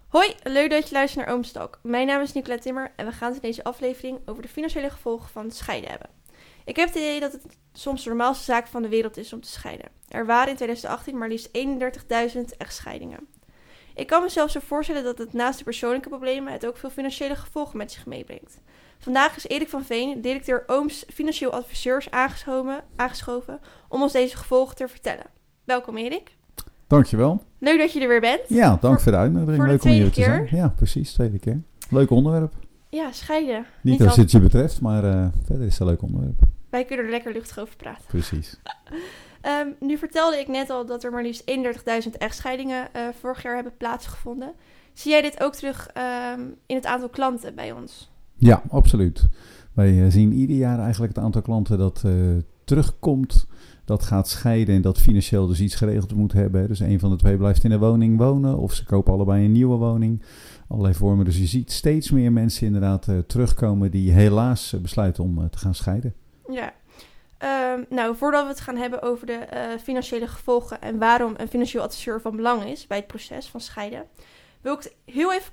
Hoi, leuk dat je luistert naar Oomstalk. Mijn naam is Nicolette Timmer en we gaan het in deze aflevering over de financiële gevolgen van het scheiden hebben. Ik heb het idee dat het soms de normaalste zaak van de wereld is om te scheiden. Er waren in 2018 maar liefst 31.000 echtscheidingen. Ik kan mezelf zo voorstellen dat het naast de persoonlijke problemen het ook veel financiële gevolgen met zich meebrengt. Vandaag is Erik van Veen, directeur Ooms Financieel Adviseurs, aangeschoven om ons deze gevolgen te vertellen. Welkom Erik. Dankjewel. Leuk dat je er weer bent. Ja, dank voor de uitnodiging. Voor leuk de om hier tweede te zijn. keer. Ja, precies, tweede keer. Leuk onderwerp. Ja, scheiden. Niet als het je betreft, maar verder is het een leuk onderwerp. Wij kunnen er lekker luchtig over praten. Precies. Nu vertelde ik net al dat er maar liefst 31.000 echtscheidingen vorig jaar hebben plaatsgevonden. Zie jij dit ook terug in het aantal klanten bij ons? Ja, absoluut. Wij zien ieder jaar eigenlijk het aantal klanten dat terugkomt, dat gaat scheiden en dat financieel dus iets geregeld moet hebben. Dus een van de twee blijft in een woning wonen of ze kopen allebei een nieuwe woning. Allerlei vormen. Dus je ziet steeds meer mensen inderdaad terugkomen die helaas besluiten om te gaan scheiden. Ja. Voordat we het gaan hebben over de financiële gevolgen en waarom een financieel adviseur van belang is bij het proces van scheiden, wil ik het heel even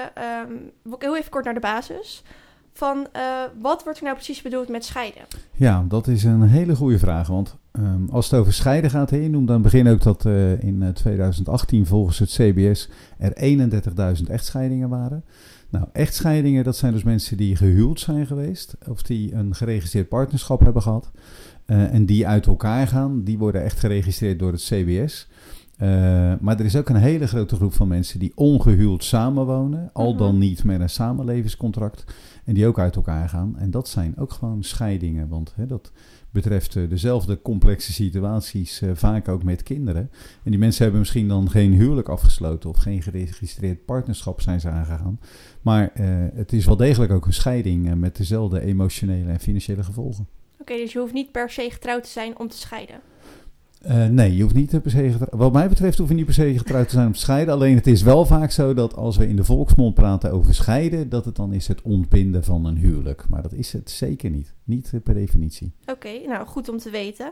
kort naar de basis van wat wordt er nou precies bedoeld met scheiden? Ja, dat is een hele goede vraag, want als het over scheiden gaat, je noemt aan het begin ook dat in 2018 volgens het CBS er 31.000 echtscheidingen waren. Nou, echtscheidingen, dat zijn dus mensen die gehuwd zijn geweest of die een geregistreerd partnerschap hebben gehad en die uit elkaar gaan, die worden echt geregistreerd door het CBS. Maar er is ook een hele grote groep van mensen die ongehuwd samenwonen, al dan niet met een samenlevingscontract en die ook uit elkaar gaan. En dat zijn ook gewoon scheidingen, want dat betreft dezelfde complexe situaties, vaak ook met kinderen. En die mensen hebben misschien dan geen huwelijk afgesloten of geen geregistreerd partnerschap zijn ze aangegaan. Maar het is wel degelijk ook een scheiding met dezelfde emotionele en financiële gevolgen. Oké, dus je hoeft niet per se getrouwd te zijn om te scheiden? Nee, je hoeft niet per se getrouwd. Wat mij betreft hoef je niet per se getrouwd te zijn om te scheiden. Alleen het is wel vaak zo dat als we in de volksmond praten over scheiden, dat het dan is het ontbinden van een huwelijk. Maar dat is het zeker niet. Niet per definitie. Oké, nou goed om te weten.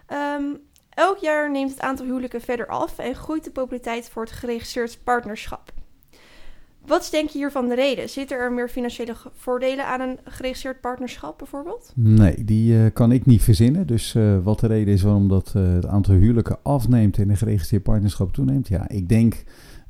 Elk jaar neemt het aantal huwelijken verder af en groeit de populariteit voor het geregistreerd partnerschap. Wat denk je hiervan de reden? Zitten er meer financiële voordelen aan een geregistreerd partnerschap bijvoorbeeld? Nee, die kan ik niet verzinnen. Dus wat de reden is waarom dat het aantal huwelijken afneemt en een geregistreerd partnerschap toeneemt. Ja, ik denk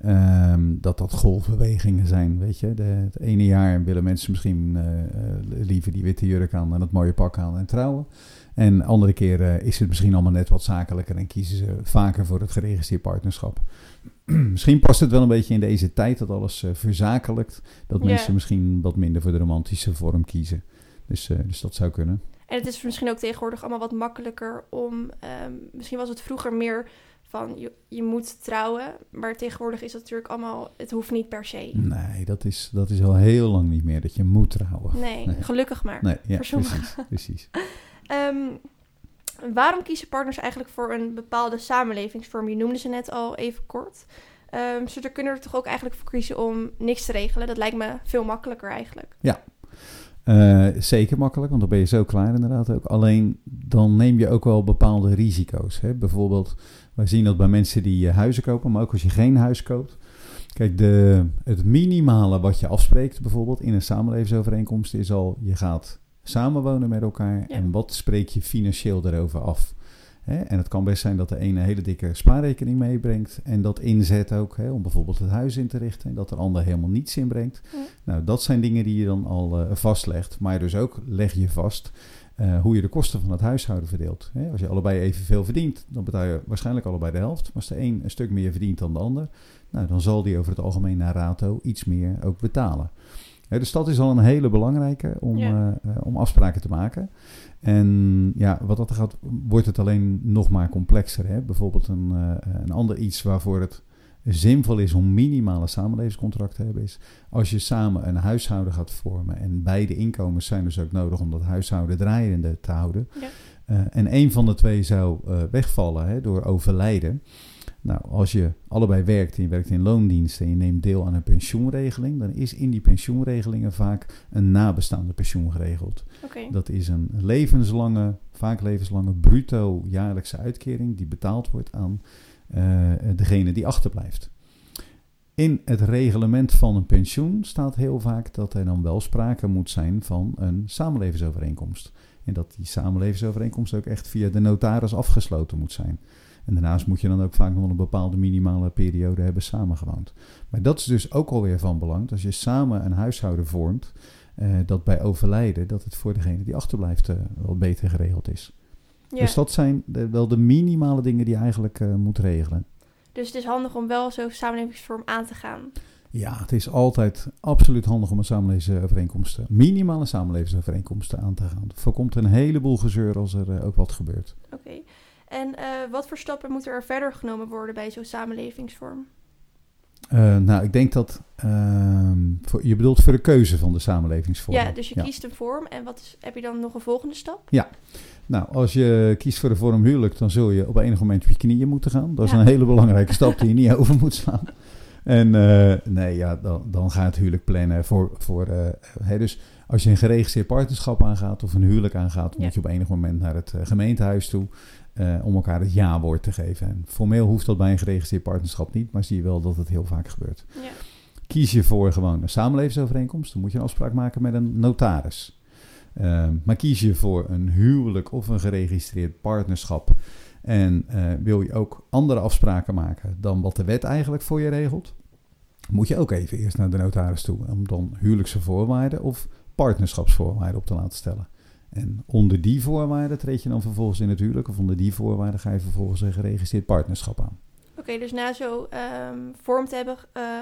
dat golfbewegingen zijn. Weet je, het ene jaar willen mensen misschien liever die witte jurk aan en het mooie pak aan en trouwen. En de andere keer is het misschien allemaal net wat zakelijker en kiezen ze vaker voor het geregistreerd partnerschap. Misschien past het wel een beetje in deze tijd dat alles verzakelijkt. Dat mensen misschien wat minder voor de romantische vorm kiezen. Dus dat zou kunnen. En het is misschien ook tegenwoordig allemaal wat makkelijker om... misschien was het vroeger meer van je moet trouwen. Maar tegenwoordig is dat natuurlijk allemaal... Het hoeft niet per se. Nee, dat is al heel lang niet meer dat je moet trouwen. Nee. Gelukkig maar. Nee, ja, precies. Waarom kiezen partners eigenlijk voor een bepaalde samenlevingsvorm? Je noemde ze net al even kort. Ze kunnen er toch ook eigenlijk voor kiezen om niks te regelen? Dat lijkt me veel makkelijker eigenlijk. Ja, zeker makkelijk, want dan ben je zo klaar inderdaad ook. Alleen dan neem je ook wel bepaalde risico's. Hè? Bijvoorbeeld, wij zien dat bij mensen die huizen kopen, maar ook als je geen huis koopt. Kijk, het minimale wat je afspreekt bijvoorbeeld in een samenlevingsovereenkomst is al, je gaat samenwonen met elkaar en wat spreek je financieel daarover af. En het kan best zijn dat de ene een hele dikke spaarrekening meebrengt en dat inzet ook om bijvoorbeeld het huis in te richten en dat de ander helemaal niets inbrengt. Ja. Nou, dat zijn dingen die je dan al vastlegt, maar dus ook leg je vast hoe je de kosten van het huishouden verdeelt. Als je allebei evenveel verdient, dan betaal je waarschijnlijk allebei de helft. Maar als de een stuk meer verdient dan de ander, nou, dan zal die over het algemeen naar rato iets meer ook betalen. Dus dat is al een hele belangrijke om afspraken te maken. En ja, wat dat gaat, wordt het alleen nog maar complexer. Hè? Bijvoorbeeld een ander iets waarvoor het zinvol is om minimale samenlevingscontract te hebben is, als je samen een huishouden gaat vormen en beide inkomens zijn dus ook nodig om dat huishouden draaiende te houden. Ja. En een van de twee zou wegvallen door overlijden. Nou, als je allebei werkt en je werkt in loondienst en je neemt deel aan een pensioenregeling, dan is in die pensioenregelingen vaak een nabestaande pensioen geregeld. Okay. Dat is een vaak levenslange bruto jaarlijkse uitkering die betaald wordt aan degene die achterblijft. In het reglement van een pensioen staat heel vaak dat er dan wel sprake moet zijn van een samenlevingsovereenkomst. En dat die samenlevingsovereenkomst ook echt via de notaris afgesloten moet zijn. En daarnaast moet je dan ook vaak nog een bepaalde minimale periode hebben samengewoond. Maar dat is dus ook alweer van belang. Dat als je samen een huishouden vormt, dat bij overlijden, dat het voor degene die achterblijft wat beter geregeld is. Ja. Dus dat zijn wel de minimale dingen die je eigenlijk moet regelen. Dus het is handig om wel zo'n samenlevingsvorm aan te gaan. Ja, het is altijd absoluut handig om minimale samenlevingsovereenkomsten aan te gaan. Het voorkomt een heleboel gezeur als er ook wat gebeurt. Oké. En wat voor stappen moeten er verder genomen worden bij zo'n samenlevingsvorm? Ik denk dat je bedoelt voor de keuze van de samenlevingsvorm. Ja, dus je kiest een vorm en heb je dan nog een volgende stap? Ja, nou als je kiest voor de vorm huwelijk, dan zul je op enig moment op je knieën moeten gaan. Dat is een hele belangrijke stap die je niet over moet slaan. En dan ga je het huwelijk plannen dus als je een geregistreerd partnerschap aangaat of een huwelijk aangaat, moet je op enig moment naar het gemeentehuis toe om elkaar het ja-woord te geven. En formeel hoeft dat bij een geregistreerd partnerschap niet, maar zie je wel dat het heel vaak gebeurt. Ja. Kies je voor gewoon een samenlevingsovereenkomst, dan moet je een afspraak maken met een notaris. Maar kies je voor een huwelijk of een geregistreerd partnerschap en wil je ook andere afspraken maken dan wat de wet eigenlijk voor je regelt, moet je ook even eerst naar de notaris toe om dan huwelijkse voorwaarden of partnerschapsvoorwaarden op te laten stellen. En onder die voorwaarden treed je dan vervolgens in het huwelijk, of onder die voorwaarden ga je vervolgens een geregistreerd partnerschap aan. Oké, dus na zo'n vorm te hebben,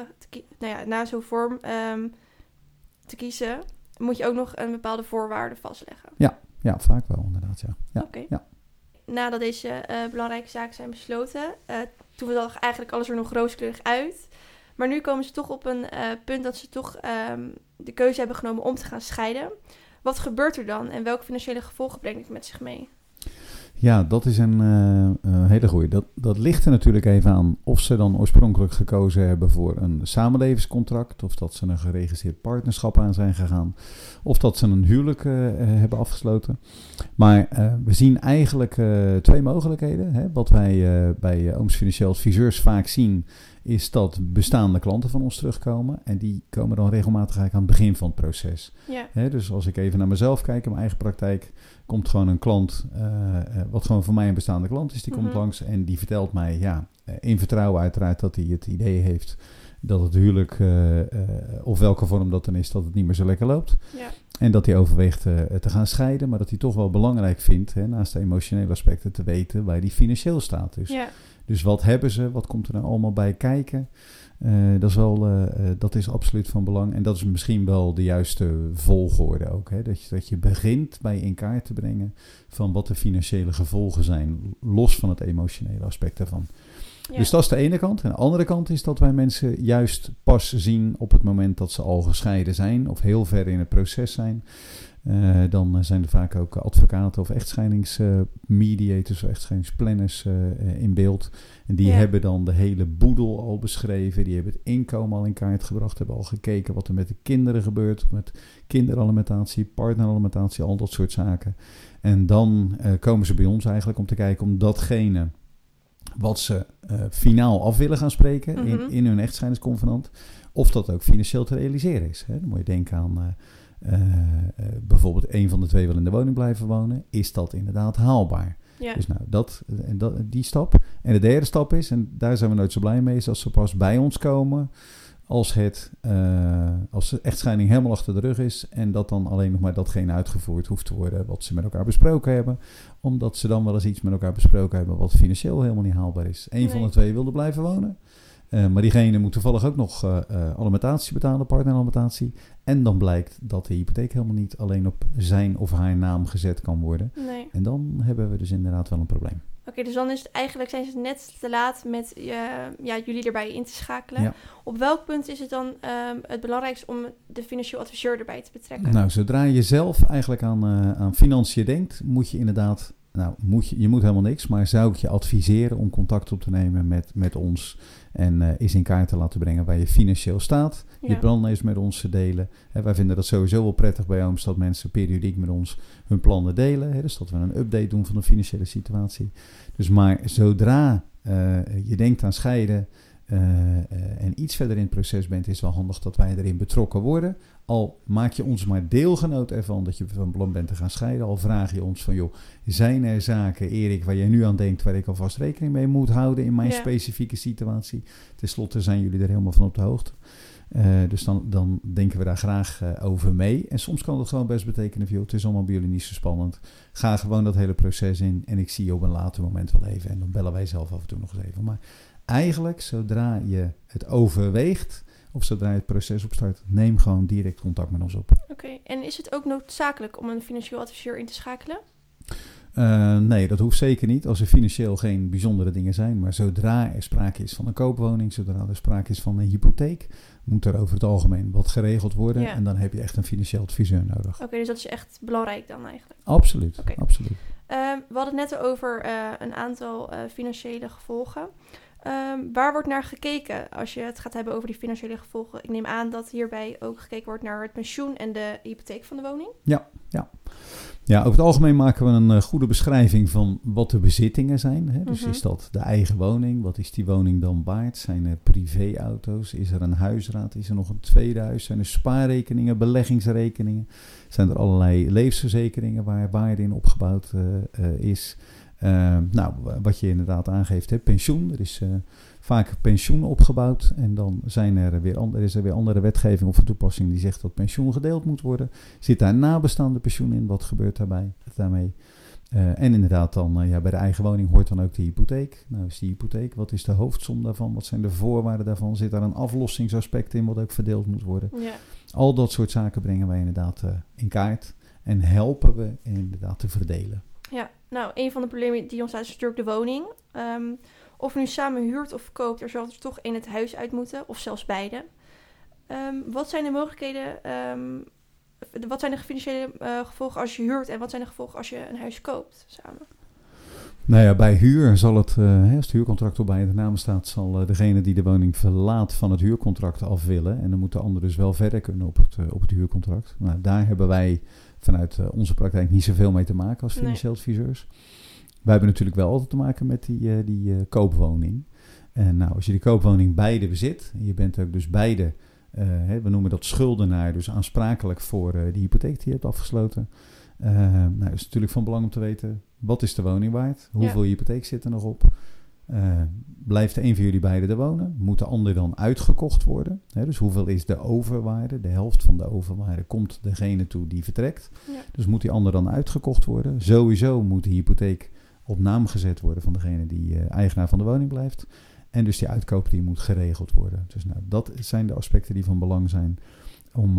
te kiezen, moet je ook nog een bepaalde voorwaarden vastleggen. Ja, vaak wel inderdaad, ja. Oké. Ja. Nadat deze belangrijke zaken zijn besloten, toen we eigenlijk alles er nog rooskleurig uit. Maar nu komen ze toch op een punt dat ze toch de keuze hebben genomen om te gaan scheiden. Wat gebeurt er dan en welke financiële gevolgen brengt het met zich mee? Ja, dat is een hele goeie. Dat ligt er natuurlijk even aan of ze dan oorspronkelijk gekozen hebben voor een samenlevingscontract, of dat ze een geregistreerd partnerschap aan zijn gegaan, of dat ze een huwelijk hebben afgesloten. Maar we zien eigenlijk twee mogelijkheden. Hè. Wat wij bij Ooms Financieel Adviseurs vaak zien, is dat bestaande klanten van ons terugkomen. En die komen dan regelmatig eigenlijk aan het begin van het proces. Ja. Hè, dus als ik even naar mezelf kijk, in mijn eigen praktijk, komt gewoon een klant, wat gewoon voor mij een bestaande klant is, die komt langs en die vertelt mij, in vertrouwen uiteraard, dat hij het idee heeft dat het huwelijk, of welke vorm dat dan is, dat het niet meer zo lekker loopt. Ja. En dat hij overweegt te gaan scheiden, maar dat hij toch wel belangrijk vindt, naast de emotionele aspecten, te weten waar hij financieel staat. Dus wat hebben ze, wat komt er nou allemaal bij kijken? Dat is absoluut van belang. En dat is misschien wel de juiste volgorde ook. Hè? Dat je begint bij in kaart te brengen van wat de financiële gevolgen zijn, los van het emotionele aspect daarvan. Ja. Dus dat is de ene kant. En de andere kant is dat wij mensen juist pas zien op het moment dat ze al gescheiden zijn of heel ver in het proces zijn. Dan zijn er vaak ook advocaten of echtscheidingsmediators of echtscheidingsplanners in beeld. En die hebben dan de hele boedel al beschreven. Die hebben het inkomen al in kaart gebracht. Hebben al gekeken wat er met de kinderen gebeurt. Met kinderalimentatie, partneralimentatie, al dat soort zaken. En dan komen ze bij ons eigenlijk om te kijken om datgene wat ze finaal af willen gaan spreken in hun echtscheidingsconvenant, of dat ook financieel te realiseren is. Hè? Dan moet je denken aan bijvoorbeeld een van de twee wil in de woning blijven wonen. Is dat inderdaad haalbaar? Ja. Dus die stap. En de derde stap is, en daar zijn we nooit zo blij mee, is als ze pas bij ons komen als de echtscheiding helemaal achter de rug is en dat dan alleen nog maar datgene uitgevoerd hoeft te worden wat ze met elkaar besproken hebben, omdat ze dan wel eens iets met elkaar besproken hebben wat financieel helemaal niet haalbaar is. Eén van de twee wilde blijven wonen, maar diegene moet toevallig ook nog alimentatie betalen, partneralimentatie, en dan blijkt dat de hypotheek helemaal niet alleen op zijn of haar naam gezet kan worden. Nee. En dan hebben we dus inderdaad wel een probleem. Oké, dus dan is het eigenlijk, zijn ze net te laat met jullie erbij in te schakelen. Ja. Op welk punt is het dan het belangrijkste om de financieel adviseur erbij te betrekken? Nou, zodra je zelf eigenlijk aan financiën denkt, moet je inderdaad, je moet helemaal niks, maar zou ik je adviseren om contact op te nemen met ons en eens in kaart te laten brengen waar je financieel staat. Ja. Je plannen eens met ons te delen. Wij vinden dat sowieso wel prettig bij Ooms dat mensen periodiek met ons hun plannen delen. Dus dat we een update doen van de financiële situatie. Dus maar zodra je denkt aan scheiden, en iets verder in het proces bent, is het wel handig dat wij erin betrokken worden. Al maak je ons maar deelgenoot ervan dat je van plan bent te gaan scheiden. Al vraag je ons van, joh, zijn er zaken, Erik, waar jij nu aan denkt, waar ik alvast rekening mee moet houden in mijn specifieke situatie. Ten slotte zijn jullie er helemaal van op de hoogte. Dus dan denken we daar graag over mee. En soms kan het gewoon best betekenen, joh, het is allemaal bij jullie niet zo spannend. Ga gewoon dat hele proces in en ik zie je op een later moment wel even. En dan bellen wij zelf af en toe nog eens even. Maar eigenlijk, zodra je het overweegt of zodra je het proces opstart, neem gewoon direct contact met ons op. Oké, en is het ook noodzakelijk om een financieel adviseur in te schakelen? Nee, dat hoeft zeker niet als er financieel geen bijzondere dingen zijn. Maar zodra er sprake is van een koopwoning, zodra er sprake is van een hypotheek, moet er over het algemeen wat geregeld worden. Ja. En dan heb je echt een financieel adviseur nodig. Oké, dus dat is echt belangrijk dan eigenlijk? Absoluut, absoluut. We hadden het net over een aantal financiële gevolgen. Waar wordt naar gekeken als je het gaat hebben over die financiële gevolgen? Ik neem aan dat hierbij ook gekeken wordt naar het pensioen en de hypotheek van de woning. Ja, over het algemeen maken we een goede beschrijving van wat de bezittingen zijn. Hè? Dus is dat de eigen woning? Wat is die woning dan waard? Zijn er privéauto's? Is er een huisraad? Is er nog een tweede huis? Zijn er spaarrekeningen, beleggingsrekeningen? Zijn er allerlei levensverzekeringen waar waarde in opgebouwd is? Wat je inderdaad aangeeft, hè, pensioen. Er is vaak pensioen opgebouwd en dan is er weer andere wetgeving of van toepassing die zegt dat pensioen gedeeld moet worden. Zit daar nabestaande pensioen in? Wat gebeurt daarmee? En inderdaad dan, bij de eigen woning hoort dan ook de hypotheek. Nou is die hypotheek, wat is de hoofdsom daarvan? Wat zijn de voorwaarden daarvan? Zit daar een aflossingsaspect in wat ook verdeeld moet worden? Ja. Al dat soort zaken brengen wij inderdaad in kaart en helpen we inderdaad te verdelen. Ja, nou, een van de problemen die ons staat is natuurlijk de woning. Of je nu samen huurt of koopt, er zal er toch in het huis uit moeten, of zelfs beide. Wat zijn de mogelijkheden, wat zijn de financiële gevolgen als je huurt en wat zijn de gevolgen als je een huis koopt samen? Nou ja, bij huur zal het, als het huurcontract op beide namen staat, zal degene die de woning verlaat van het huurcontract af willen. En dan moet de ander dus wel verder kunnen op het huurcontract. Nou, daar hebben wij vanuit onze praktijk niet zoveel mee te maken als financieel adviseurs. Wij hebben natuurlijk wel altijd te maken met die koopwoning. En nou, als je die koopwoning beide bezit, en je bent ook dus beide, we noemen dat schuldenaar, dus aansprakelijk voor die hypotheek die je hebt afgesloten. Nou, is natuurlijk van belang om te weten, wat is de woning waard? Hoeveel hypotheek zit er nog op? Blijft een van jullie beiden er wonen? Moet de ander dan uitgekocht worden? Dus hoeveel is de overwaarde? De helft van de overwaarde komt degene toe die vertrekt. Ja. Dus moet die ander dan uitgekocht worden? Sowieso moet de hypotheek op naam gezet worden van degene die eigenaar van de woning blijft. En dus die uitkoop die moet geregeld worden. Dus nou, dat zijn de aspecten die van belang zijn om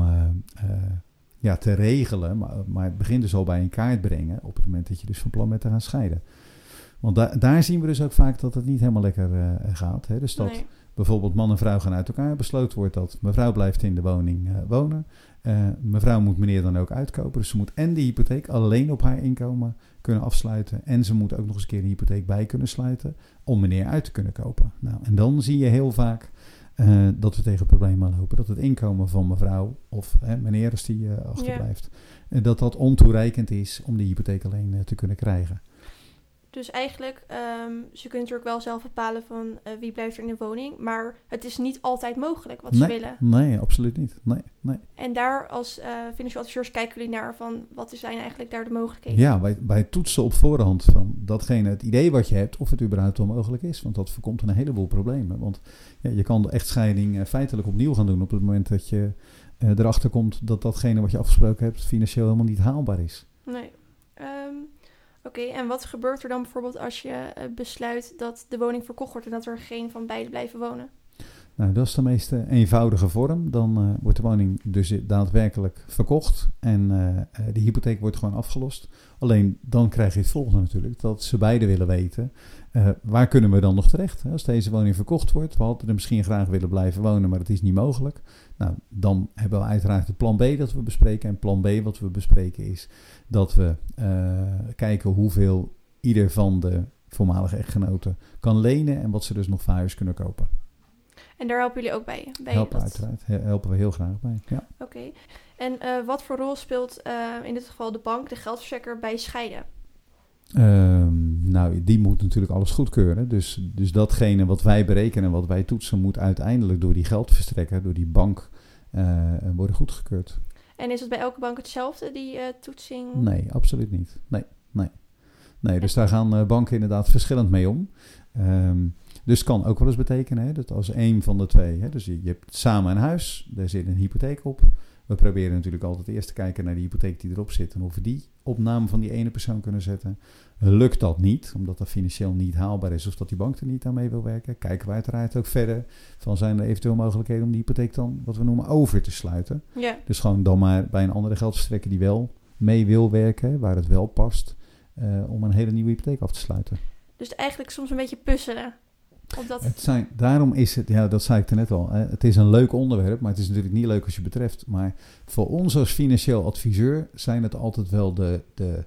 te regelen. Maar het begint dus al bij in kaart brengen op het moment dat je dus van plan bent te gaan scheiden. Want daar zien we dus ook vaak dat het niet helemaal lekker gaat. Hè? Dus dat bijvoorbeeld man en vrouw gaan uit elkaar. Besloten wordt dat mevrouw blijft in de woning wonen. Mevrouw moet meneer dan ook uitkopen. Dus ze moet en de hypotheek alleen op haar inkomen kunnen afsluiten. En ze moet ook nog eens een keer de hypotheek bij kunnen sluiten om meneer uit te kunnen kopen. Nou, en dan zie je heel vaak dat we tegen problemen lopen. Dat het inkomen van mevrouw of meneer als die achterblijft. Dat ontoereikend is om de hypotheek alleen te kunnen krijgen. Dus eigenlijk, ze kunnen natuurlijk wel zelf bepalen van wie blijft er in de woning. Maar het is niet altijd mogelijk wat ze willen. Nee, absoluut niet. Nee. En daar als financieel adviseurs kijken jullie naar van wat zijn eigenlijk daar de mogelijkheden? Ja, wij toetsen op voorhand van datgene, het idee wat je hebt, of het überhaupt wel mogelijk is. Want dat voorkomt een heleboel problemen. Want je kan de echtscheiding feitelijk opnieuw gaan doen op het moment dat je erachter komt dat datgene wat je afgesproken hebt financieel helemaal niet haalbaar is. Nee. Oké, en wat gebeurt er dan bijvoorbeeld als je besluit dat de woning verkocht wordt en dat er geen van beiden blijven wonen? Nou, dat is de meest eenvoudige vorm. Dan wordt de woning dus daadwerkelijk verkocht en de hypotheek wordt gewoon afgelost. Alleen dan krijg je het volgende natuurlijk, dat ze beiden willen weten, waar kunnen we dan nog terecht? Als deze woning verkocht wordt, we hadden er misschien graag willen blijven wonen, maar het is niet mogelijk. Nou, dan hebben we uiteraard het plan B dat we bespreken. En plan B wat we bespreken is dat we kijken hoeveel ieder van de voormalige echtgenoten kan lenen en wat ze dus nog voor huis kunnen kopen. En daar helpen jullie ook bij? Uiteraard. Helpen we heel graag bij, ja. Oké. En wat voor rol speelt in dit geval de bank, de geldverstrekker, bij scheiden? Nou, die moet natuurlijk alles goedkeuren. Dus datgene wat wij berekenen, wat wij toetsen, moet uiteindelijk door die geldverstrekker, door die bank, worden goedgekeurd. En is het bij elke bank hetzelfde, die toetsing? Nee, absoluut niet. Nee, dus daar gaan banken inderdaad verschillend mee om. Dus het kan ook wel eens betekenen dat als een van de twee... dus je hebt samen een huis, daar zit een hypotheek op. We proberen natuurlijk altijd eerst te kijken naar die hypotheek die erop zit en of we die op naam van die ene persoon kunnen zetten. Lukt dat niet, omdat dat financieel niet haalbaar is of dat die bank er niet aan mee wil werken, kijken we uiteraard ook verder van zijn er eventueel mogelijkheden om die hypotheek dan, wat we noemen, over te sluiten. Ja. Dus gewoon dan maar bij een andere geldverstrekker die wel mee wil werken, waar het wel past, om een hele nieuwe hypotheek af te sluiten. Dus eigenlijk soms een beetje puzzelen. Daarom is het, dat zei ik er net al, het is een leuk onderwerp, maar het is natuurlijk niet leuk als je betreft. Maar voor ons als financieel adviseur zijn het altijd wel de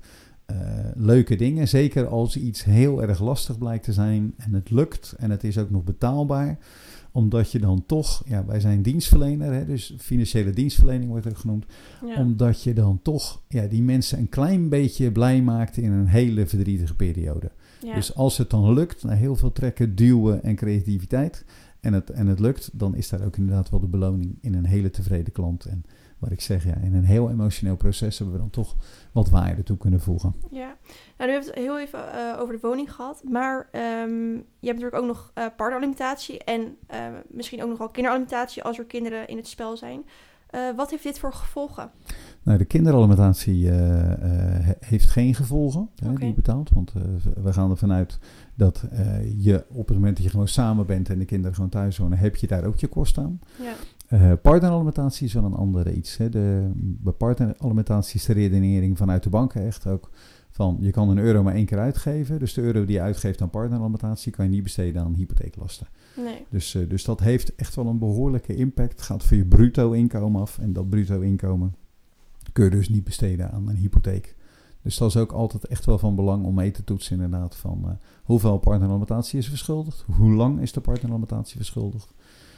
leuke dingen. Zeker als iets heel erg lastig blijkt te zijn en het lukt en het is ook nog betaalbaar. Omdat je dan toch, wij zijn dienstverlener, dus financiële dienstverlening wordt er genoemd. Ja. Omdat je dan toch die mensen een klein beetje blij maakt in een hele verdrietige periode. Ja. Dus als het dan lukt, na heel veel trekken, duwen en creativiteit en het lukt, dan is daar ook inderdaad wel de beloning in een hele tevreden klant. En wat ik zeg, in een heel emotioneel proces hebben we dan toch wat waarde toe kunnen voegen. Ja, nou nu hebben we het heel even over de woning gehad, maar je hebt natuurlijk ook nog partneralimentatie en misschien ook nog wel kinderalimentatie als er kinderen in het spel zijn. Wat heeft dit voor gevolgen? Nou, de kinderalimentatie heeft geen gevolgen die je betaalt. Want we gaan ervan uit dat je op het moment dat je gewoon samen bent en de kinderen gewoon thuis wonen, heb je daar ook je kosten aan. Ja. Partneralimentatie is wel een andere iets. Bij partneralimentatie is de redenering vanuit de banken echt ook van je kan €1 maar 1 keer uitgeven. Dus de euro die je uitgeeft aan partneralimentatie kan je niet besteden aan hypotheeklasten. Nee. Dus dat heeft echt wel een behoorlijke impact. Het gaat van je bruto inkomen af. En dat bruto inkomen kun je dus niet besteden aan een hypotheek. Dus dat is ook altijd echt wel van belang om mee te toetsen inderdaad van hoeveel partneralimentatie is verschuldigd. Hoe lang is de partneralimentatie verschuldigd.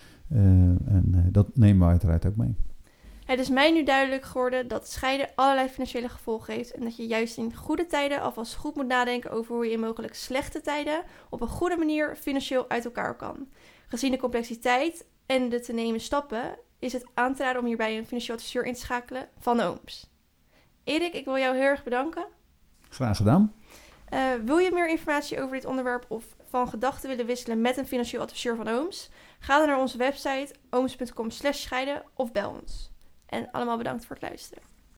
Dat nemen we uiteraard ook mee. Het is mij nu duidelijk geworden dat scheiden allerlei financiële gevolgen heeft en dat je juist in goede tijden alvast goed moet nadenken over hoe je in mogelijk slechte tijden op een goede manier financieel uit elkaar kan. Gezien de complexiteit en de te nemen stappen is het aan te raden om hierbij een financieel adviseur in te schakelen van Ooms. Erik, ik wil jou heel erg bedanken. Graag gedaan. Wil je meer informatie over dit onderwerp of van gedachten willen wisselen met een financieel adviseur van Ooms? Ga dan naar onze website ooms.com/scheiden of bel ons. En allemaal bedankt voor het luisteren.